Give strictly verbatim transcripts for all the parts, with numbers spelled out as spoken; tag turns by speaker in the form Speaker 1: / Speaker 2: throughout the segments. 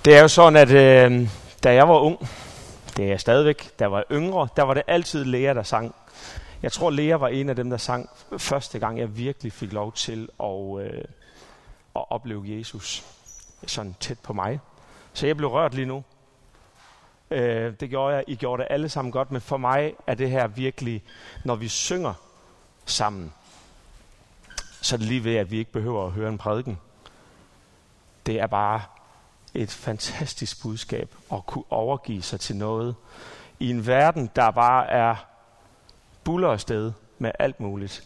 Speaker 1: Det er jo sådan, at øh, da jeg var ung, det er jeg stadigvæk, da jeg var yngre, der var det altid Lea, der sang. Jeg tror, Lea var en af dem, der sang første gang, jeg virkelig fik lov til at, øh, at opleve Jesus sådan tæt på mig. Så jeg blev rørt lige nu. Øh, det gjorde jeg. I gjorde det alle sammen godt, men for mig er det her virkelig, når vi synger sammen, så er det lige ved, at vi ikke behøver at høre en prædiken. Det er bare et fantastisk budskab at kunne overgive sig til noget i en verden, der bare er buller afsted med alt muligt.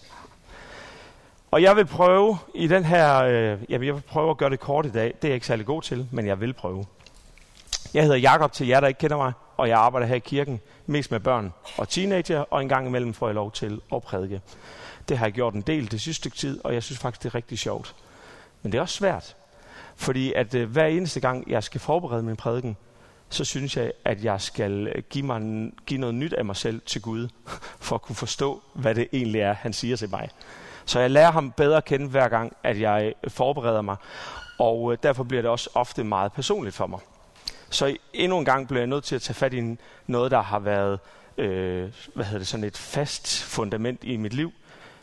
Speaker 1: Og jeg vil prøve i den her, øh, jeg vil prøve at gøre det kort i dag. Det er jeg ikke særlig god til, men jeg vil prøve. Jeg hedder Jakob til jer, der ikke kender mig, og jeg arbejder her i kirken, mest med børn og teenager, og en gang imellem får jeg lov til at prædike. Det har jeg gjort en del det sidste stykke tid, og jeg synes faktisk, det er rigtig sjovt. Men det er også svært, fordi at øh, hver eneste gang, jeg skal forberede min prædiken, så synes jeg, at jeg skal give, mig en, give noget nyt af mig selv til Gud, for at kunne forstå, hvad det egentlig er, han siger til mig. Så jeg lærer ham bedre at kende hver gang, at jeg forbereder mig, og øh, derfor bliver det også ofte meget personligt for mig. Så endnu en gang bliver jeg nødt til at tage fat i noget, der har været øh, hvad hedder det, sådan et fast fundament i mit liv,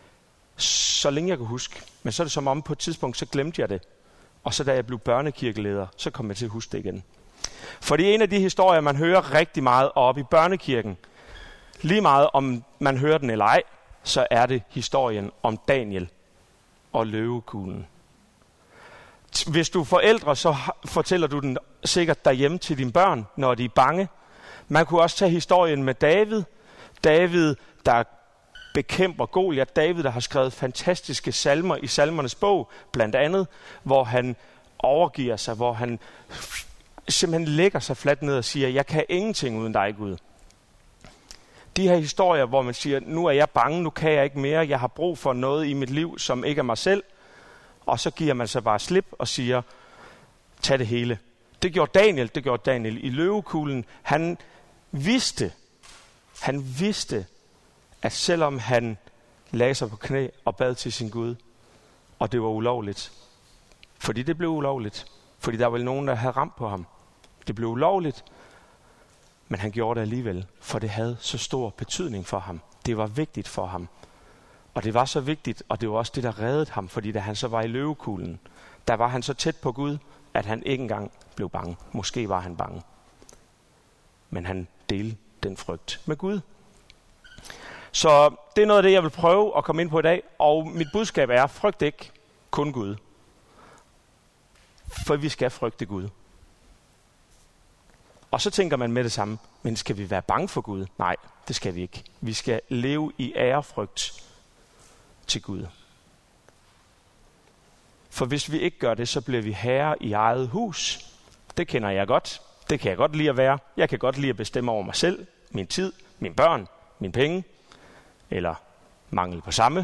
Speaker 1: så længe jeg kan huske. Men så er det som om på et tidspunkt, så glemte jeg det. Og så da jeg blev børnekirkeleder, så kom jeg til at huske det igen. For det er en af de historier, man hører rigtig meget oppe i børnekirken. Lige meget om man hører den eller ej, så er det historien om Daniel og løvekuglen. Hvis du er forældre, så fortæller du den sikkert derhjemme til dine børn, når de er bange. Man kunne også tage historien med David. David, der bekæmper Goliat. David, der har skrevet fantastiske salmer i salmernes bog, blandt andet, hvor han overgiver sig, hvor han simpelthen lægger sig fladt ned og siger, jeg kan ingenting uden dig, Gud. De her historier, hvor man siger, nu er jeg bange, nu kan jeg ikke mere, jeg har brug for noget i mit liv, som ikke er mig selv. Og så giver man sig bare slip og siger, tag det hele. Det gjorde Daniel, det gjorde Daniel i løvekuglen. Han vidste, han vidste, at selvom han lagde sig på knæ og bad til sin Gud, og det var ulovligt, fordi det blev ulovligt, fordi der var nogen, der havde ramt på ham. Det blev ulovligt, men han gjorde det alligevel, for det havde så stor betydning for ham. Det var vigtigt for ham. Og det var så vigtigt, og det var også det, der reddede ham, fordi da han så var i løvekuglen, der var han så tæt på Gud, at han ikke engang blev bange. Måske var han bange. Men han delte den frygt med Gud. Så det er noget af det, jeg vil prøve at komme ind på i dag, og mit budskab er, frygt ikke kun Gud. For vi skal frygte Gud. Og så tænker man med det samme, men skal vi være bange for Gud? Nej, det skal vi ikke. Vi skal leve i ærefrygt til Gud. For hvis vi ikke gør det, så bliver vi herre i eget hus. Det kender jeg godt. Det kan jeg godt lide at være. Jeg kan godt lide at bestemme over mig selv, min tid, mine børn, mine penge, eller mangel på samme.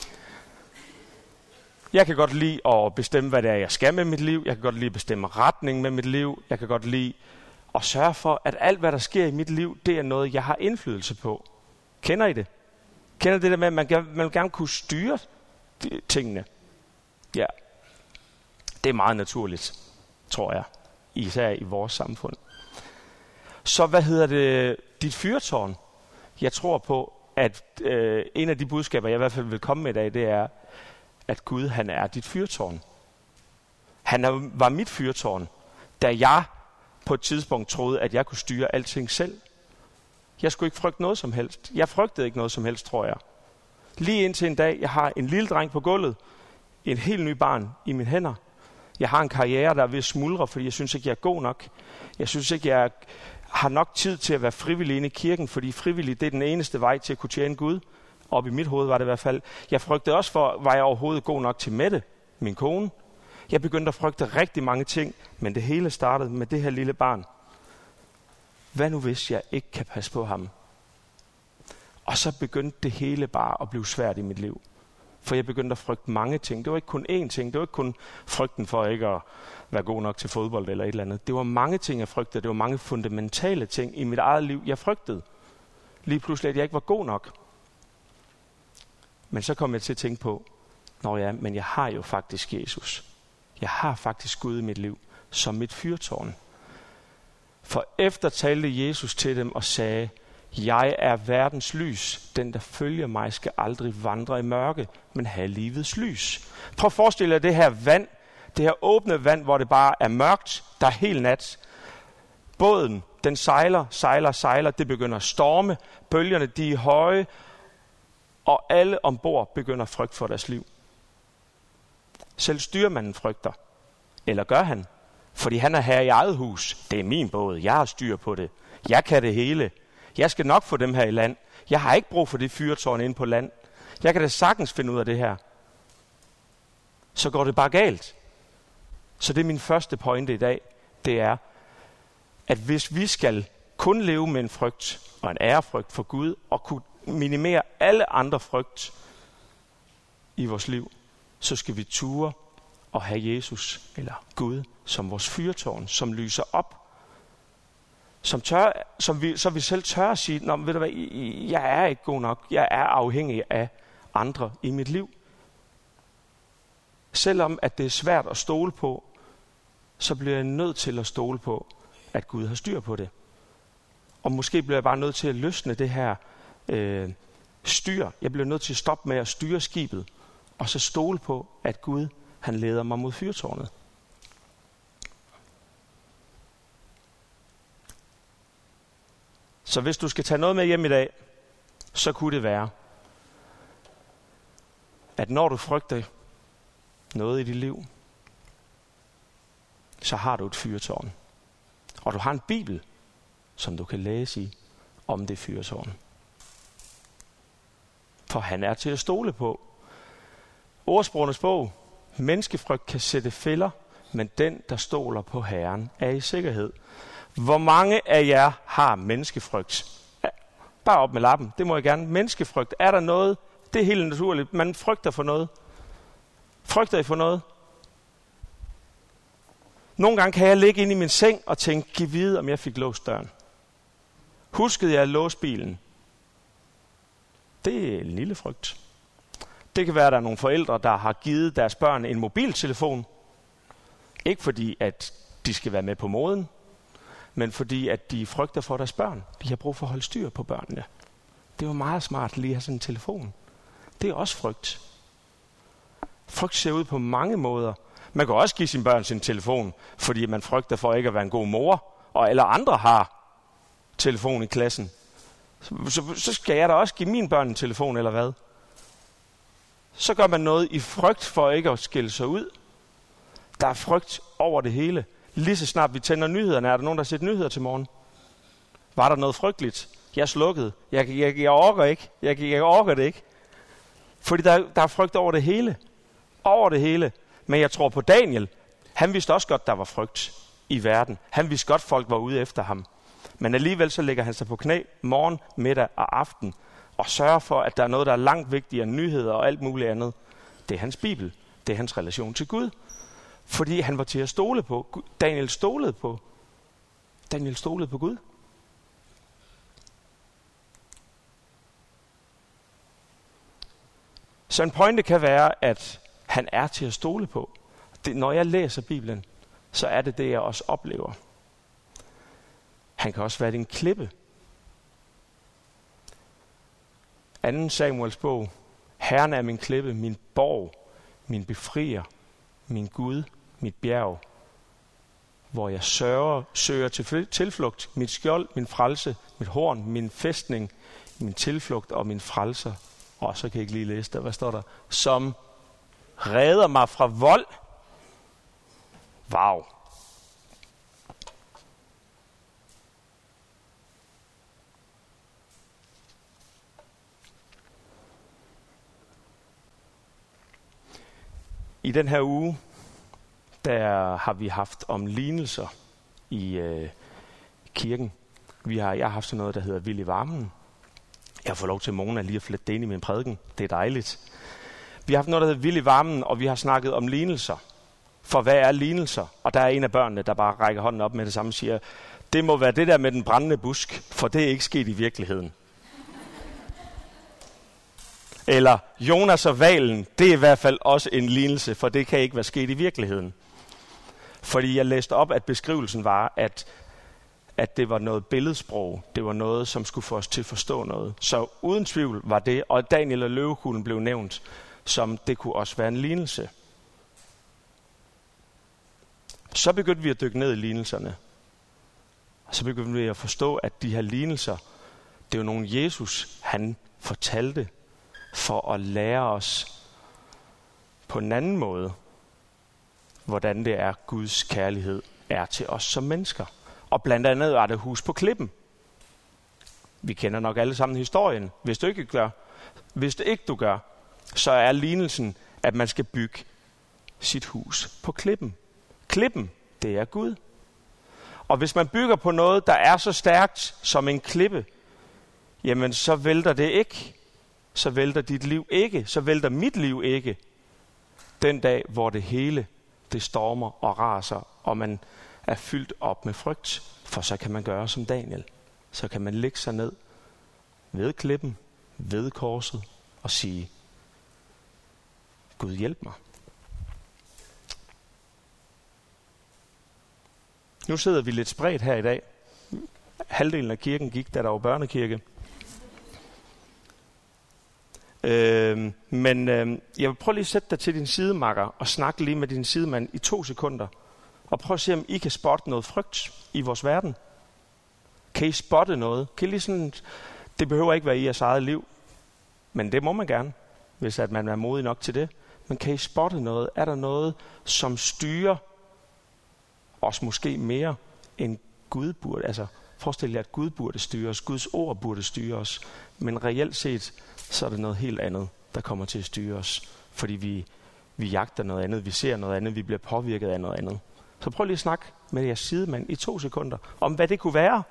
Speaker 1: Jeg kan godt lide at bestemme, hvad det er, jeg skal med mit liv. Jeg kan godt lide at bestemme retning med mit liv. Jeg kan godt lide at sørge for, at alt, hvad der sker i mit liv, det er noget, jeg har indflydelse på. Kender I det? Kender det der med, at man, man vil gerne kunne styre de, tingene? Ja. Det er meget naturligt, tror jeg. Især i vores samfund. Så hvad hedder det? Dit fyrtårn. Jeg tror på, at øh, en af de budskaber, jeg i hvert fald vil komme med i dag, det er, at Gud, han er dit fyrtårn. Han er, var mit fyrtårn, da jeg på et tidspunkt troede, at jeg kunne styre alting selv. Jeg skulle ikke frygte noget som helst. Jeg frygtede ikke noget som helst, tror jeg. Lige indtil en dag, jeg har en lille dreng på gulvet, en helt ny barn i mine hænder. Jeg har en karriere, der er ved at smuldre, fordi jeg synes ikke, jeg er god nok. Jeg synes ikke, jeg har nok tid til at være frivillig inde i kirken, fordi frivillig, det er den eneste vej til at kunne tjene Gud. Op i mit hoved var det i hvert fald. Jeg frygtede også for, var jeg overhovedet god nok til Mette, min kone. Jeg begyndte at frygte rigtig mange ting, men det hele startede med det her lille barn. Hvad nu hvis jeg ikke kan passe på ham? Og så begyndte det hele bare at blive svært i mit liv. For jeg begyndte at frygte mange ting. Det var ikke kun én ting. Det var ikke kun frygten for ikke at være god nok til fodbold eller et eller andet. Det var mange ting, jeg frygtede. Det var mange fundamentale ting i mit eget liv, jeg frygtede. Lige pludselig, at jeg ikke var god nok. Men så kom jeg til at tænke på, nå ja, men jeg har jo faktisk Jesus. Jeg har faktisk Gud i mit liv som mit fyrtårn. For efter talte Jesus til dem og sagde, jeg er verdens lys. Den, der følger mig, skal aldrig vandre i mørke, men have livets lys. Prøv at forestille jer det her vand, det her åbne vand, hvor det bare er mørkt, der er helt nat. Båden, den sejler, sejler, sejler, det begynder at storme, bølgerne, de er høje, og alle ombord begynder at frygte for deres liv. Selv styrmanden frygter. Eller gør han? Fordi han er her i eget hus. Det er min båd, jeg har styr på det. Jeg kan det hele. Jeg skal nok få dem her i land. Jeg har ikke brug for det fyrtårn inde på land. Jeg kan da sagtens finde ud af det her. Så går det bare galt. Så det er min første pointe i dag. Det er, at hvis vi skal kun leve med en frygt og en ærefrygt for Gud, og kunne minimere alle andre frygt i vores liv, så skal vi ture og have Jesus eller Gud som vores fyrtårn, som lyser op. Som tør, som vi, så vi selv tør at sige, nå, ved du hvad, jeg er ikke god nok. Jeg er afhængig af andre i mit liv. Selvom at det er svært at stole på, så bliver jeg nødt til at stole på, at Gud har styr på det. Og måske bliver jeg bare nødt til at løsne det her øh, styr. Jeg bliver nødt til at stoppe med at styre skibet, og så stole på, at Gud, han leder mig mod fyrtårnet. Så hvis du skal tage noget med hjem i dag, så kunne det være, at når du frygter noget i dit liv, så har du et fyrtårn. Og du har en bibel, som du kan læse i om det fyrtårn. For han er til at stole på. Ordsprogenes bog. Menneskefrygt kan sætte fælder, men den, der stoler på Herren, er i sikkerhed. Hvor mange af jer har menneskefrygt? Ja, bare op med lappen. Det må jeg gerne. Menneskefrygt. Er der noget? Det er helt naturligt. Man frygter for noget. Frygter I for noget? Nogle gange kan jeg ligge inde i min seng og tænke, giv vide, om jeg fik låst døren. Huskede jeg at låse bilen? Det er en lille frygt. Det kan være, at der er nogle forældre, der har givet deres børn en mobiltelefon. Ikke fordi, at de skal være med på moden, men fordi, at de frygter for deres børn. De har brug for at holde styr på børnene. Det er jo meget smart lige at have sådan en telefon. Det er også frygt. Frygt ser ud på mange måder. Man kan også give sine børn sin telefon, fordi man frygter for ikke at være en god mor, og alle andre har telefon i klassen. Så, så, så skal jeg da også give mine børn en telefon, eller hvad? Så gør man noget i frygt for ikke at skille sig ud. Der er frygt over det hele. Lige så snart vi tænder nyhederne, er der nogen, der har set nyheder til morgen? Var der noget frygteligt? Jeg slukkede. Jeg, jeg, jeg orker ikke. Jeg, jeg orker det ikke. Fordi der, der er frygt over det hele. Over det hele. Men jeg tror på Daniel. Han vidste også godt, der var frygt i verden. Han vidste godt, folk var ude efter ham. Men alligevel så lægger han sig på knæ morgen, middag og aften og sørger for, at der er noget, der er langt vigtigere end nyheder og alt muligt andet. Det er hans bibel. Det er hans relation til Gud. Fordi han var til at stole på. Daniel stolede på. Daniel stolede på Gud. Så en pointe kan være, at han er til at stole på. Det, når jeg læser Bibelen, så er det det, jeg også oplever. Han kan også være din klippe. Anden Samuels bog. Herren er min klippe, min borg, min befrier, min Gud, mit bjerg, hvor jeg sørger, søger til tilflugt, mit skjold, min frelse, mit horn, min fæstning, min tilflugt og min frelser. Og så kan jeg ikke lige læse der, hvad står der? Som redder mig fra vold. Wow. I den her uge, der har vi haft om lignelser i øh, kirken. Vi har, jeg har haft sådan noget, der hedder Vild i varmen. Jeg har fået lov til Mona lige at flette det ind i min prædiken. Det er dejligt. Vi har haft noget, der hedder Vild i varmen, og vi har snakket om lignelser. For hvad er lignelser? Og der er en af børnene, der bare rækker hånden op med det samme og siger, det må være det der med den brændende busk, for det er ikke sket i virkeligheden. Eller Jonas og hvalen, det er i hvert fald også en lignelse, for det kan ikke være sket i virkeligheden. Fordi jeg læste op, at beskrivelsen var, at at det var noget billedsprog. Det var noget, som skulle få os til at forstå noget. Så uden tvivl var det, og Daniel og løvekuglen blev nævnt, som det kunne også være en lignelse. Så begyndte vi at dykke ned i lignelserne. Og så begyndte vi at forstå, at de her lignelser, det er jo nogle Jesus, han fortalte for at lære os på en anden måde, hvordan det er, Guds kærlighed er til os som mennesker. Og blandt andet var det Hus på klippen. Vi kender nok alle sammen historien. Hvis du ikke gør, hvis det ikke du gør, så er lignelsen, at man skal bygge sit hus på klippen. Klippen, det er Gud. Og hvis man bygger på noget, der er så stærkt som en klippe, jamen så vælter det ikke. Så vælter dit liv ikke. Så vælter mit liv ikke. Den dag, hvor det hele, det stormer og raser, og man er fyldt op med frygt. For så kan man gøre som Daniel. Så kan man lægge sig ned ved klippen, ved korset og sige, Gud hjælp mig. Nu sidder vi lidt spredt her i dag. Halvdelen af kirken gik, da der var børnekirke. Øh, men øh, jeg vil prøve lige at sætte dig til din sidemakker og snakke lige med din sidemand i to sekunder. Og prøv at se, om I kan spotte noget frygt i vores verden. Kan I spotte noget? Kan I lige sådan, det behøver ikke være i jeres eget liv, men det må man gerne, hvis at man er modig nok til det. Men kan I spotte noget? Er der noget, som styrer os måske mere end Gud burde? Altså forestil jer, at Gud burde styre os. Guds ord burde styre os. Men reelt set, så er det noget helt andet, der kommer til at styre os. Fordi vi, vi jagter noget andet, vi ser noget andet, vi bliver påvirket af noget andet. Så prøv lige at snakke med jeres sidemand i to sekunder, om hvad det kunne være.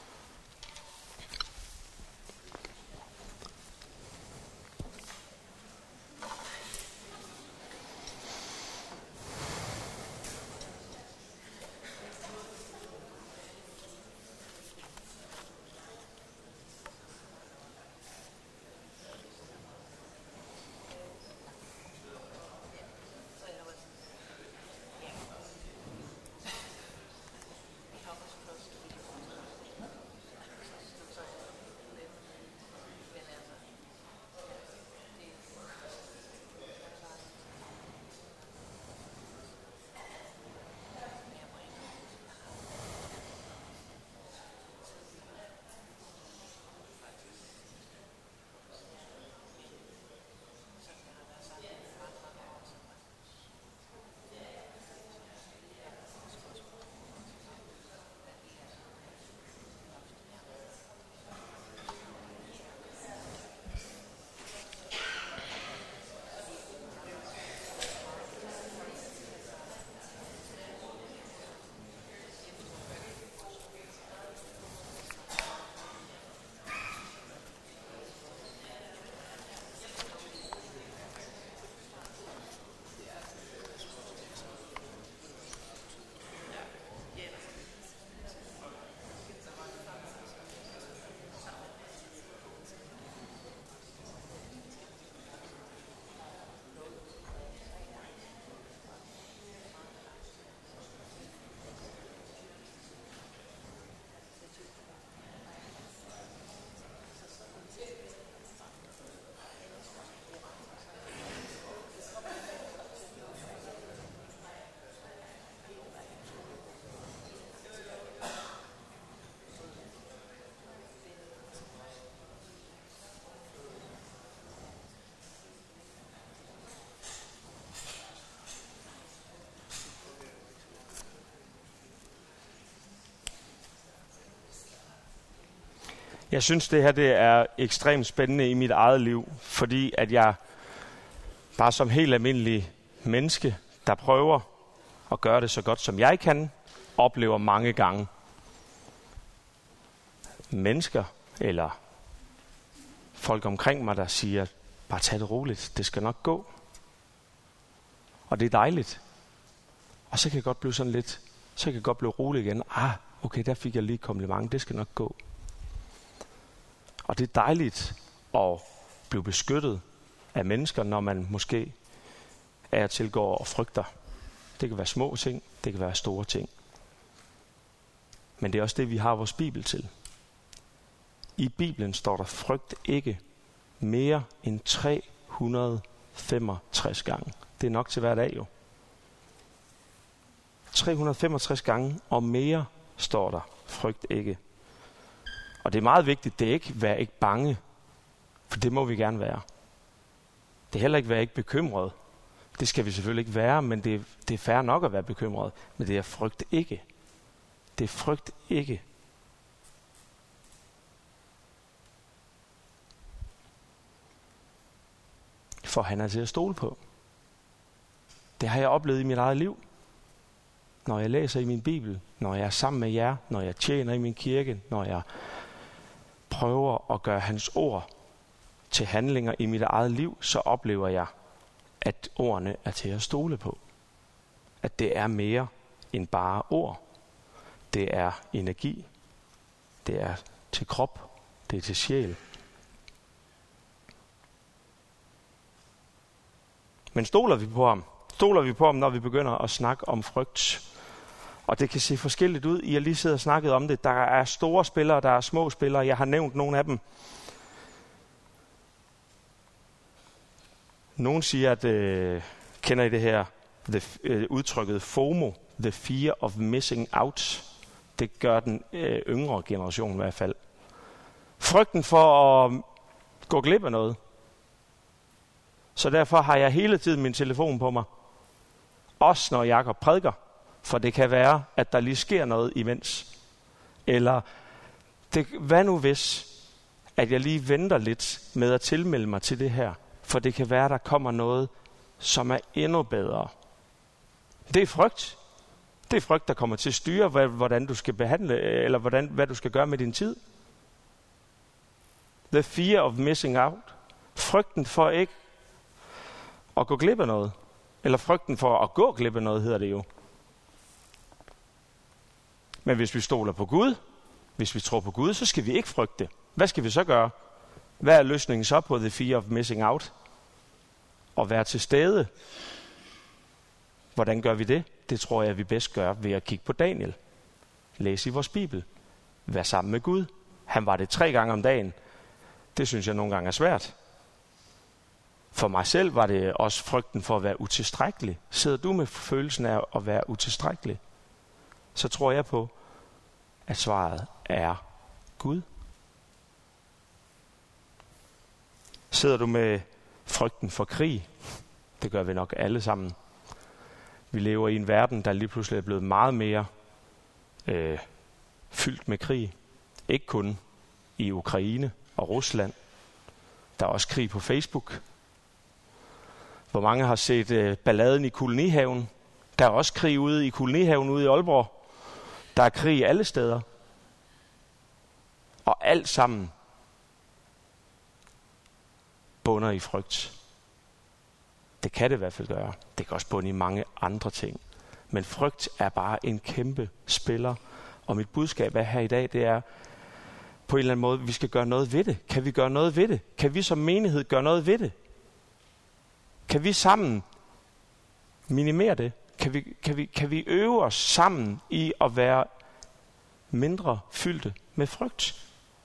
Speaker 1: Jeg synes, det her det er ekstremt spændende i mit eget liv, fordi at jeg bare som helt almindelig menneske, der prøver at gøre det så godt, som jeg kan, oplever mange gange mennesker eller folk omkring mig, der siger, bare tag det roligt, det skal nok gå. Og det er dejligt. Og så kan jeg godt blive sådan lidt, så kan jeg godt blive rolig igen. Ah, okay, der fik jeg lige kompliment, det skal nok gå. Og det er dejligt at blive beskyttet af mennesker, når man måske er til går og frygter. Det kan være små ting, det kan være store ting. Men det er også det, vi har vores Bibel til. I Bibelen står der frygt ikke mere end tre hundrede femogtres gange. Det er nok til hver dag jo. tre hundrede femogtres gange og mere står der frygt ikke. Og det er meget vigtigt, det er ikke vær ikke bange, for det må vi gerne være. Det er heller ikke vær ikke bekymret. Det skal vi selvfølgelig ikke være, men det, det er fair nok at være bekymret. Men det er frygt ikke. Det er frygt ikke. For han er til at stole på. Det har jeg oplevet i mit eget liv. Når jeg læser i min Bibel, når jeg er sammen med jer, når jeg tjener i min kirke, når jeg prøver at gøre hans ord til handlinger i mit eget liv, så oplever jeg, at ordene er til at stole på. At det er mere end bare ord. Det er energi. Det er til krop. Det er til sjæl. Men stoler vi på ham? Stoler vi på ham, når vi begynder at snakke om frygt? Og det kan se forskelligt ud. I har lige siddet og snakket om det. Der er store spillere, der er små spillere. Jeg har nævnt nogle af dem. Nogen siger, at øh, kender I det her the, øh, udtrykket FOMO, the fear of missing out. Det gør den øh, yngre generation i hvert fald. Frygten for at gå glip af noget. Så derfor har jeg hele tiden min telefon på mig. Også når Jakob prædiker. For det kan være, at der lige sker noget imens. Eller det, hvad nu hvis, at jeg lige venter lidt med at tilmelde mig til det her. For det kan være, at der kommer noget, som er endnu bedre. Det er frygt. Det er frygt, der kommer til at styre, hvordan du skal behandle, eller hvordan, hvad du skal gøre med din tid. The fear of missing out. Frygten for ikke at gå glip af noget. Eller frygten for at gå glip af noget, hedder det jo. Men hvis vi stoler på Gud, hvis vi tror på Gud, så skal vi ikke frygte. Hvad skal vi så gøre? Hvad er løsningen så på the fear of missing out? At være til stede. Hvordan gør vi det? Det tror jeg, vi bedst gør ved at kigge på Daniel. Læse i vores Bibel. Vær sammen med Gud. Han var det tre gange om dagen. Det synes jeg nogle gange er svært. For mig selv var det også frygten for at være utilstrækkelig. Sidder du med følelsen af at være utilstrækkelig? Så tror jeg på, at svaret er Gud. Sidder du med frygten for krig? Det gør vi nok alle sammen. Vi lever i en verden, der lige pludselig er blevet meget mere øh, fyldt med krig. Ikke kun i Ukraine og Rusland. Der er også krig på Facebook. Hvor mange har set øh, balladen i Kolonihaven? Der er også krig ude i Kolonihaven ude i Aalborg. Der er krig alle steder. Og alt sammen bunder i frygt. Det kan det i hvert fald gøre. Det kan også bunde i mange andre ting. Men frygt er bare en kæmpe spiller. Og mit budskab er her i dag, det er på en eller anden måde, vi skal gøre noget ved det. Kan vi gøre noget ved det? Kan vi som menighed gøre noget ved det? Kan vi sammen minimere det? Kan vi, kan vi, kan vi øve os sammen i at være mindre fyldte med frygt?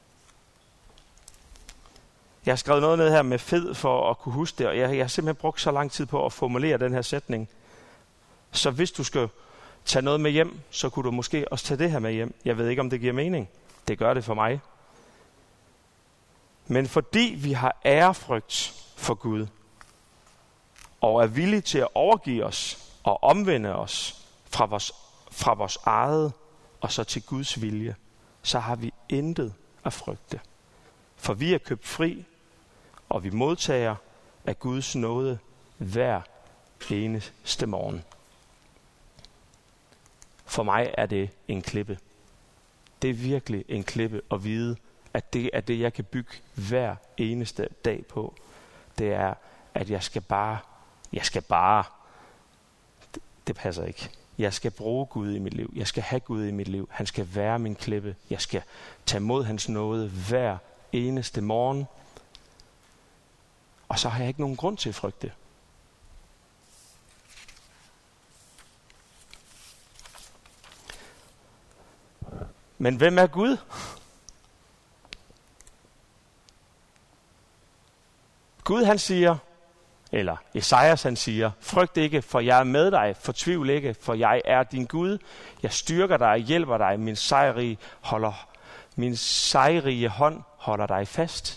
Speaker 1: Jeg har skrevet noget ned her med fed for at kunne huske det, og jeg, jeg har simpelthen brugt så lang tid på at formulere den her sætning. Så hvis du skal tage noget med hjem, så kunne du måske også tage det her med hjem. Jeg ved ikke, om det giver mening. Det gør det for mig. Men fordi vi har ærefrygt for Gud, og er villige til at overgive os og omvende os fra vores, fra vores eget og så til Guds vilje, så har vi intet at frygte. For vi er købt fri, og vi modtager af Guds nåde hver eneste morgen. For mig er det en klippe. Det er virkelig en klippe at vide, at det er det, jeg kan bygge hver eneste dag på. Det er, at jeg skal bare, jeg skal bare, det, det passer ikke. Jeg skal bruge Gud i mit liv. Jeg skal have Gud i mit liv. Han skal være min klippe. Jeg skal tage mod hans nåde hver eneste morgen. Og så har jeg ikke nogen grund til at frygte. Men hvem er Gud? Gud han siger, eller Esajas han siger, frygt ikke, for jeg er med dig, fortvivl ikke, for jeg er din Gud. Jeg styrker dig og hjælper dig, min sejrige, holder, min sejrige hånd holder dig fast.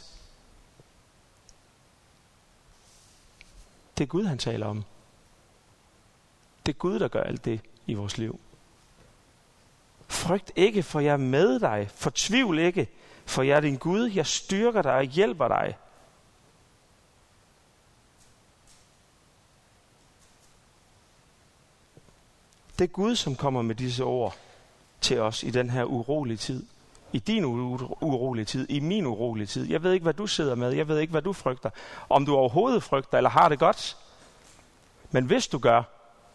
Speaker 1: Det er Gud, han taler om. Det er Gud, der gør alt det i vores liv. Frygt ikke, for jeg er med dig. Fortvivl ikke, for jeg er din Gud. Jeg styrker dig og hjælper dig. Det er Gud, som kommer med disse ord til os i den her urolige tid. I din urolige tid, i min urolige tid. Jeg ved ikke, hvad du sidder med. Jeg ved ikke, hvad du frygter. Om du overhovedet frygter, eller har det godt. Men hvis du gør,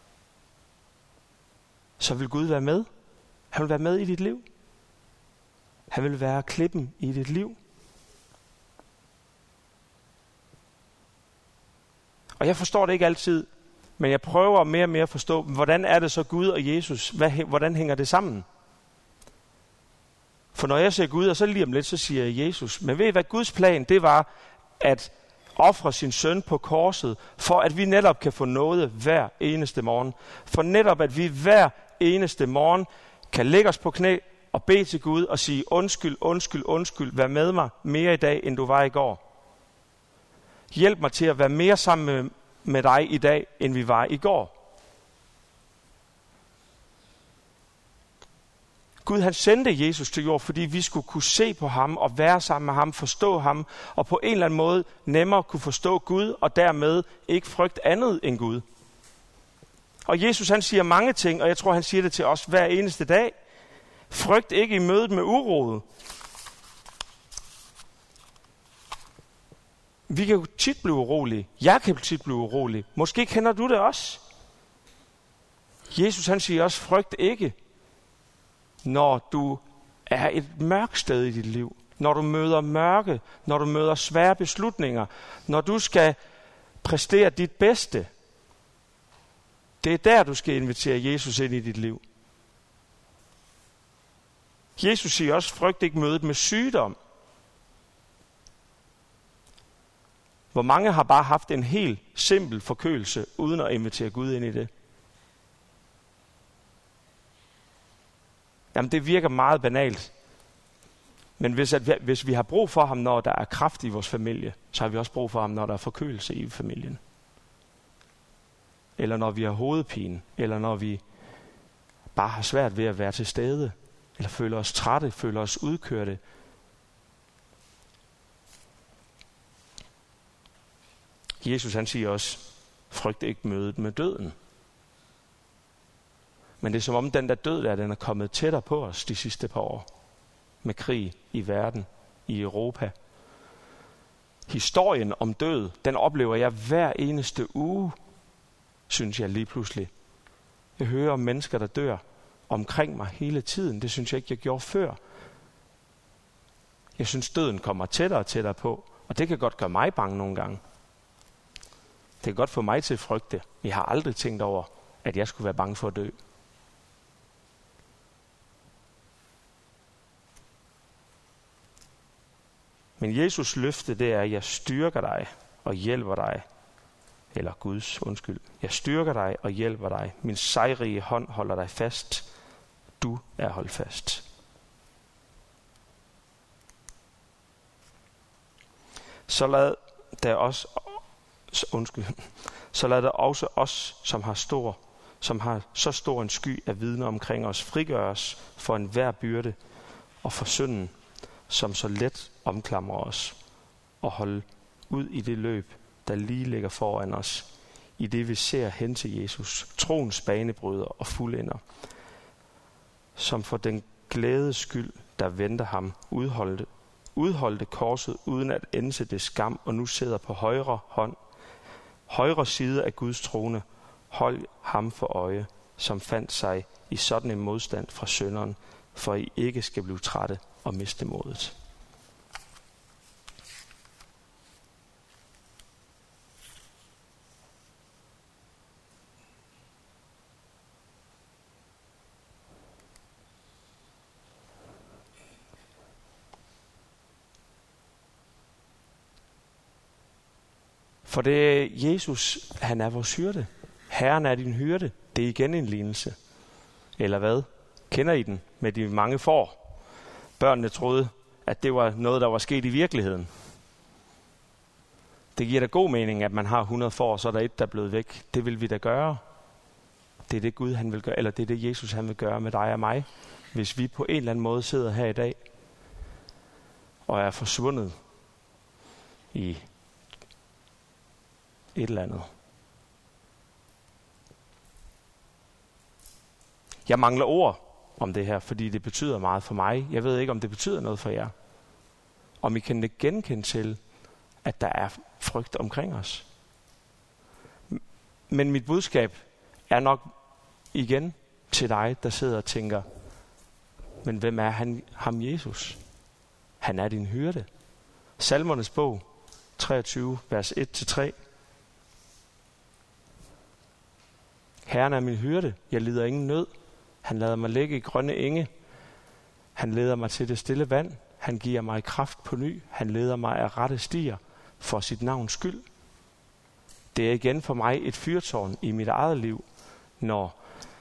Speaker 1: så vil Gud være med. Han vil være med i dit liv. Han vil være klippen i dit liv. Og jeg forstår det ikke altid, men jeg prøver mere og mere at forstå, hvordan er det så Gud og Jesus? Hvad, hvordan hænger det sammen? For når jeg ser Gud, og så lige om lidt, så siger jeg Jesus. Men ved I hvad Guds plan, det var at ofre sin søn på korset, for at vi netop kan få noget hver eneste morgen. For netop at vi hver eneste morgen kan lægge os på knæ og bede til Gud og sige, undskyld, undskyld, undskyld, vær med mig mere i dag, end du var i går. Hjælp mig til at være mere sammen med, med dig i dag, end vi var i går. Gud han sendte Jesus til jord, fordi vi skulle kunne se på ham og være sammen med ham, forstå ham, og på en eller anden måde nemmere kunne forstå Gud, og dermed ikke frygte andet end Gud. Og Jesus han siger mange ting, og jeg tror han siger det til os hver eneste dag. Frygt ikke i mødet med uroet. Vi kan jo tit blive urolige. Jeg kan tit blive urolig. Måske kender du det også. Jesus han siger også, frygt ikke, når du er et mørkt sted i dit liv. Når du møder mørke, når du møder svære beslutninger, når du skal præstere dit bedste. Det er der, du skal invitere Jesus ind i dit liv. Jesus siger også, frygt ikke mødet med sygdom. Hvor mange har bare haft en helt simpel forkølelse, uden at invitere Gud ind i det? Jamen, det virker meget banalt. Men hvis, at, hvis vi har brug for ham, når der er kræft i vores familie, så har vi også brug for ham, når der er forkølelse i familien. Eller når vi har hovedpine, eller når vi bare har svært ved at være til stede, eller føler os trætte, føler os udkørte. Jesus han siger også, frygt ikke mødet med døden. Men det er som om den der død der, den er kommet tættere på os de sidste par år. Med krig i verden, i Europa. Historien om død, den oplever jeg hver eneste uge, synes jeg lige pludselig. Jeg hører om mennesker, der dør omkring mig hele tiden. Det synes jeg ikke, jeg gjorde før. Jeg synes, døden kommer tættere og tættere på, og det kan godt gøre mig bange nogle gange. Det kan godt få mig til at frygte. Jeg har aldrig tænkt over, at jeg skulle være bange for at dø. Men Jesus løfte, det er, at jeg styrker dig og hjælper dig. Eller Guds, undskyld. Jeg styrker dig og hjælper dig. Min sejrige hånd holder dig fast. Du er holdt fast. Så lad der også, undskyld, så lad der også os, som har stor, som har så stor en sky af vidner omkring os, frigøres for enhver byrde og for synden, som så let omklamrer os, og holde ud i det løb, der lige ligger foran os, i det vi ser hen til Jesus, troens banebryder og fuldender, som for den glædes skyld, der venter ham, udholdte, udholdte korset uden at ænse det skam, og nu sidder på højre hånd, højre side af Guds trone. Hold ham for øje, som fandt sig i sådan en modstand fra synderen, for I ikke skal blive trætte og miste modet. For det er Jesus, han er vores hyrde. Herren er din hyrde. Det er igen en lignelse. Eller hvad? Kender I den med de mange får? Børnene troede, at det var noget, der var sket i virkeligheden. Det giver da god mening, at man har hundrede får, så er der et, der er blevet væk. Det vil vi da gøre. Det er det Gud, han vil gøre, eller det er det Jesus, han vil gøre med dig og mig, hvis vi på en eller anden måde sidder her i dag og er forsvundet i et eller andet. Jeg mangler ord om det her, fordi det betyder meget for mig. Jeg ved ikke, om det betyder noget for jer. Om I kan genkende til, at der er frygt omkring os. Men mit budskab er nok igen til dig, der sidder og tænker, men hvem er han, ham Jesus? Han er din hyrde. Salmernes bog, treogtyve, vers et til tre. Herren er min hyrde, jeg lider ingen nød. Han lader mig ligge i grønne enge. Han leder mig til det stille vand. Han giver mig kraft på ny. Han leder mig af rette stier for sit navns skyld. Det er igen for mig et fyrtårn i mit eget liv, når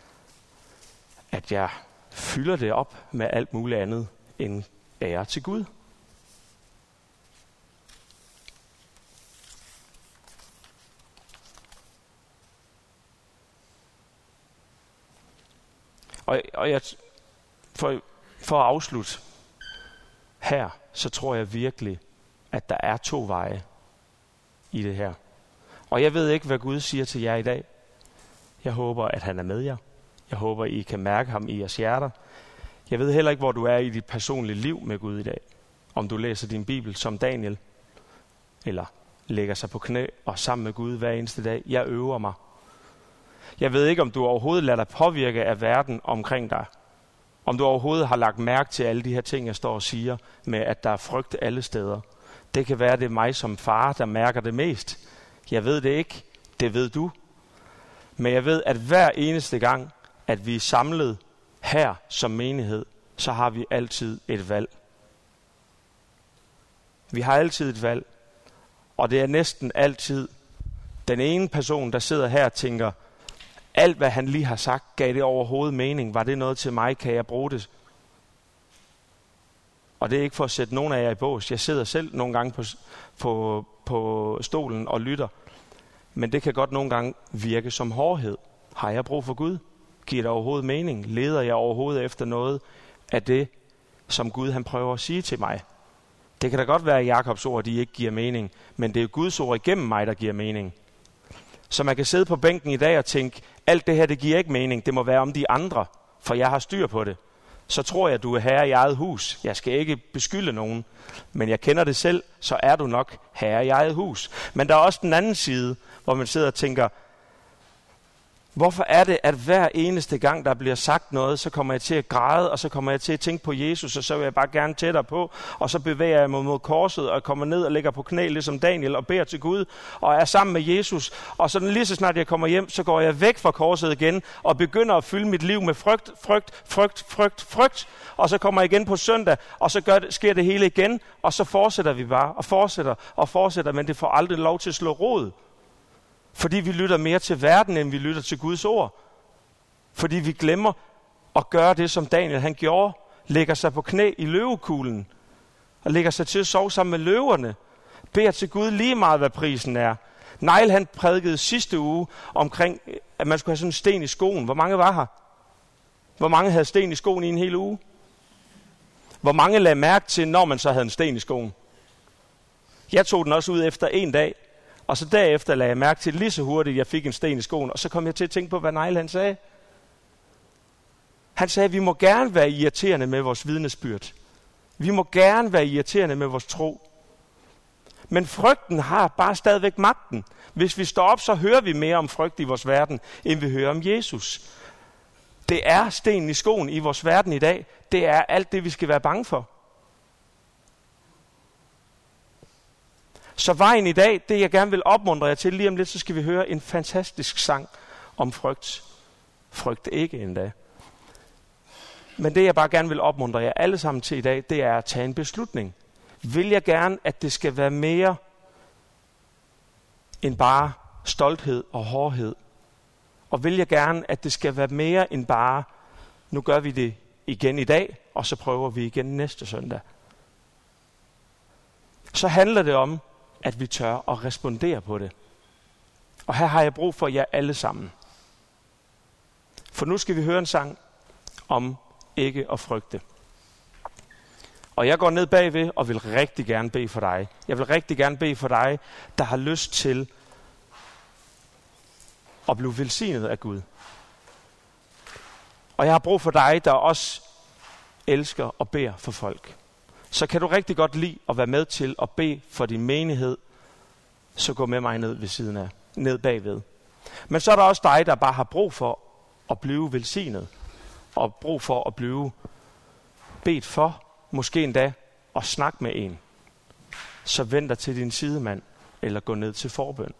Speaker 1: at jeg fylder det op med alt muligt andet end ære til Gud. Og, og jeg, for, for at afslutte her, så tror jeg virkelig, at der er to veje i det her. Og jeg ved ikke, hvad Gud siger til jer i dag. Jeg håber, at han er med jer. Jeg håber, I kan mærke ham i jeres hjerter. Jeg ved heller ikke, hvor du er i dit personlige liv med Gud i dag. Om du læser din Bibel som Daniel, eller lægger sig på knæ og sammen med Gud hver eneste dag. Jeg øver mig. Jeg ved ikke, om du overhovedet lader dig påvirke af verden omkring dig. Om du overhovedet har lagt mærke til alle de her ting, jeg står og siger, med at der er frygt alle steder. Det kan være, det er mig som far, der mærker det mest. Jeg ved det ikke. Det ved du. Men jeg ved, at hver eneste gang, at vi er samlet her som menighed, så har vi altid et valg. Vi har altid et valg. Og det er næsten altid den ene person, der sidder her og tænker, alt hvad han lige har sagt, gav det overhovedet mening? Var det noget til mig? Kan jeg bruge det? Og det er ikke for at sætte nogen af jer i bås. Jeg sidder selv nogle gange på, på, på stolen og lytter. Men det kan godt nogle gange virke som hårdhed. Har jeg brug for Gud? Giver det overhovedet mening? Leder jeg overhovedet efter noget af det, som Gud han prøver at sige til mig? Det kan da godt være, at Jakobs ord de ikke giver mening, men det er Guds ord igennem mig, der giver mening. Så man kan sidde på bænken i dag og tænke, alt det her, det giver ikke mening. Det må være om de andre, for jeg har styr på det. Så tror jeg, du er herre i eget hus. Jeg skal ikke beskylde nogen, men jeg kender det selv, så er du nok herre i eget hus. Men der er også den anden side, hvor man sidder og tænker, hvorfor er det, at hver eneste gang, der bliver sagt noget, så kommer jeg til at græde, og så kommer jeg til at tænke på Jesus, og så vil jeg bare gerne tættere på, og så bevæger jeg mig mod korset, og kommer ned og ligger på knæ, ligesom Daniel, og beder til Gud, og er sammen med Jesus. Og så lige så snart jeg kommer hjem, så går jeg væk fra korset igen, og begynder at fylde mit liv med frygt, frygt, frygt, frygt, frygt. Og så kommer jeg igen på søndag, og så gør det, sker det hele igen, og så fortsætter vi bare, og fortsætter, og fortsætter, men det får aldrig lov til at slå rod. Fordi vi lytter mere til verden, end vi lytter til Guds ord. Fordi vi glemmer at gøre det, som Daniel han gjorde. Lægger sig på knæ i løvekuglen. Og lægger sig til at sove sammen med løverne. Beder til Gud lige meget, hvad prisen er. Neil han prædikede sidste uge omkring, at man skulle have sådan en sten i skoen. Hvor mange var her? Hvor mange havde sten i skoen i en hel uge? Hvor mange lagde mærke til, når man så havde en sten i skoen? Jeg tog den også ud efter en dag. Og så derefter lagde jeg mærke til lige så hurtigt, at jeg fik en sten i skoen. Og så kom jeg til at tænke på, hvad Neil han sagde. Han sagde, at vi må gerne være irriterende med vores vidnesbyrd. Vi må gerne være irriterende med vores tro. Men frygten har bare stadigvæk magten. Hvis vi står op, så hører vi mere om frygt i vores verden, end vi hører om Jesus. Det er stenen i skoen i vores verden i dag. Det er alt det, vi skal være bange for. Så vejen i dag, det jeg gerne vil opmuntre jer til, lige om lidt, så skal vi høre en fantastisk sang om frygt. Frygt ikke endda. Men det jeg bare gerne vil opmuntre jer alle sammen til i dag, det er at tage en beslutning. Vil jeg gerne, at det skal være mere end bare stolthed og hårdhed. Og vil jeg gerne, at det skal være mere end bare, nu gør vi det igen i dag, og så prøver vi igen næste søndag. Så handler det om, at vi tør at respondere på det. Og her har jeg brug for jer alle sammen. For nu skal vi høre en sang om ikke at frygte. Og jeg går ned bagved og vil rigtig gerne bede for dig. Jeg vil rigtig gerne bede for dig, der har lyst til at blive velsignet af Gud. Og jeg har brug for dig, der også elsker og beder for folk. Så kan du rigtig godt lide at være med til at bede for din menighed, så gå med mig ned ved siden af, ned bagved. Men så er der også dig, der bare har brug for at blive velsignet, og brug for at blive bedt for, måske endda at snakke med en. Så vend dig til din sidemand, eller gå ned til forbøn.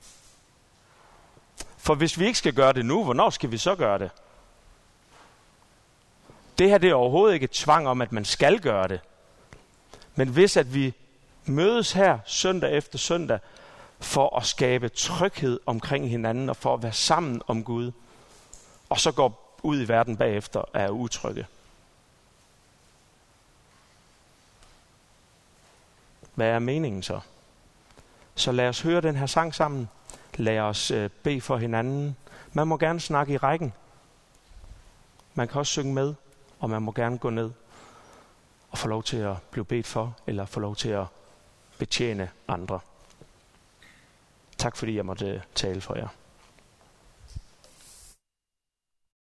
Speaker 1: For hvis vi ikke skal gøre det nu, hvornår skal vi så gøre det? Det her det er overhovedet ikke et tvang om, at man skal gøre det. Men hvis at vi mødes her søndag efter søndag, for at skabe tryghed omkring hinanden, og for at være sammen om Gud, og så går ud i verden bagefter og er utrygge. Hvad er meningen så? Så lad os høre den her sang sammen. Lad os øh, bede for hinanden. Man må gerne snakke i rækken. Man kan også synge med, og man må gerne gå ned og få lov til at blive bedt for, eller få lov til at betjene andre. Tak fordi jeg måtte tale for jer.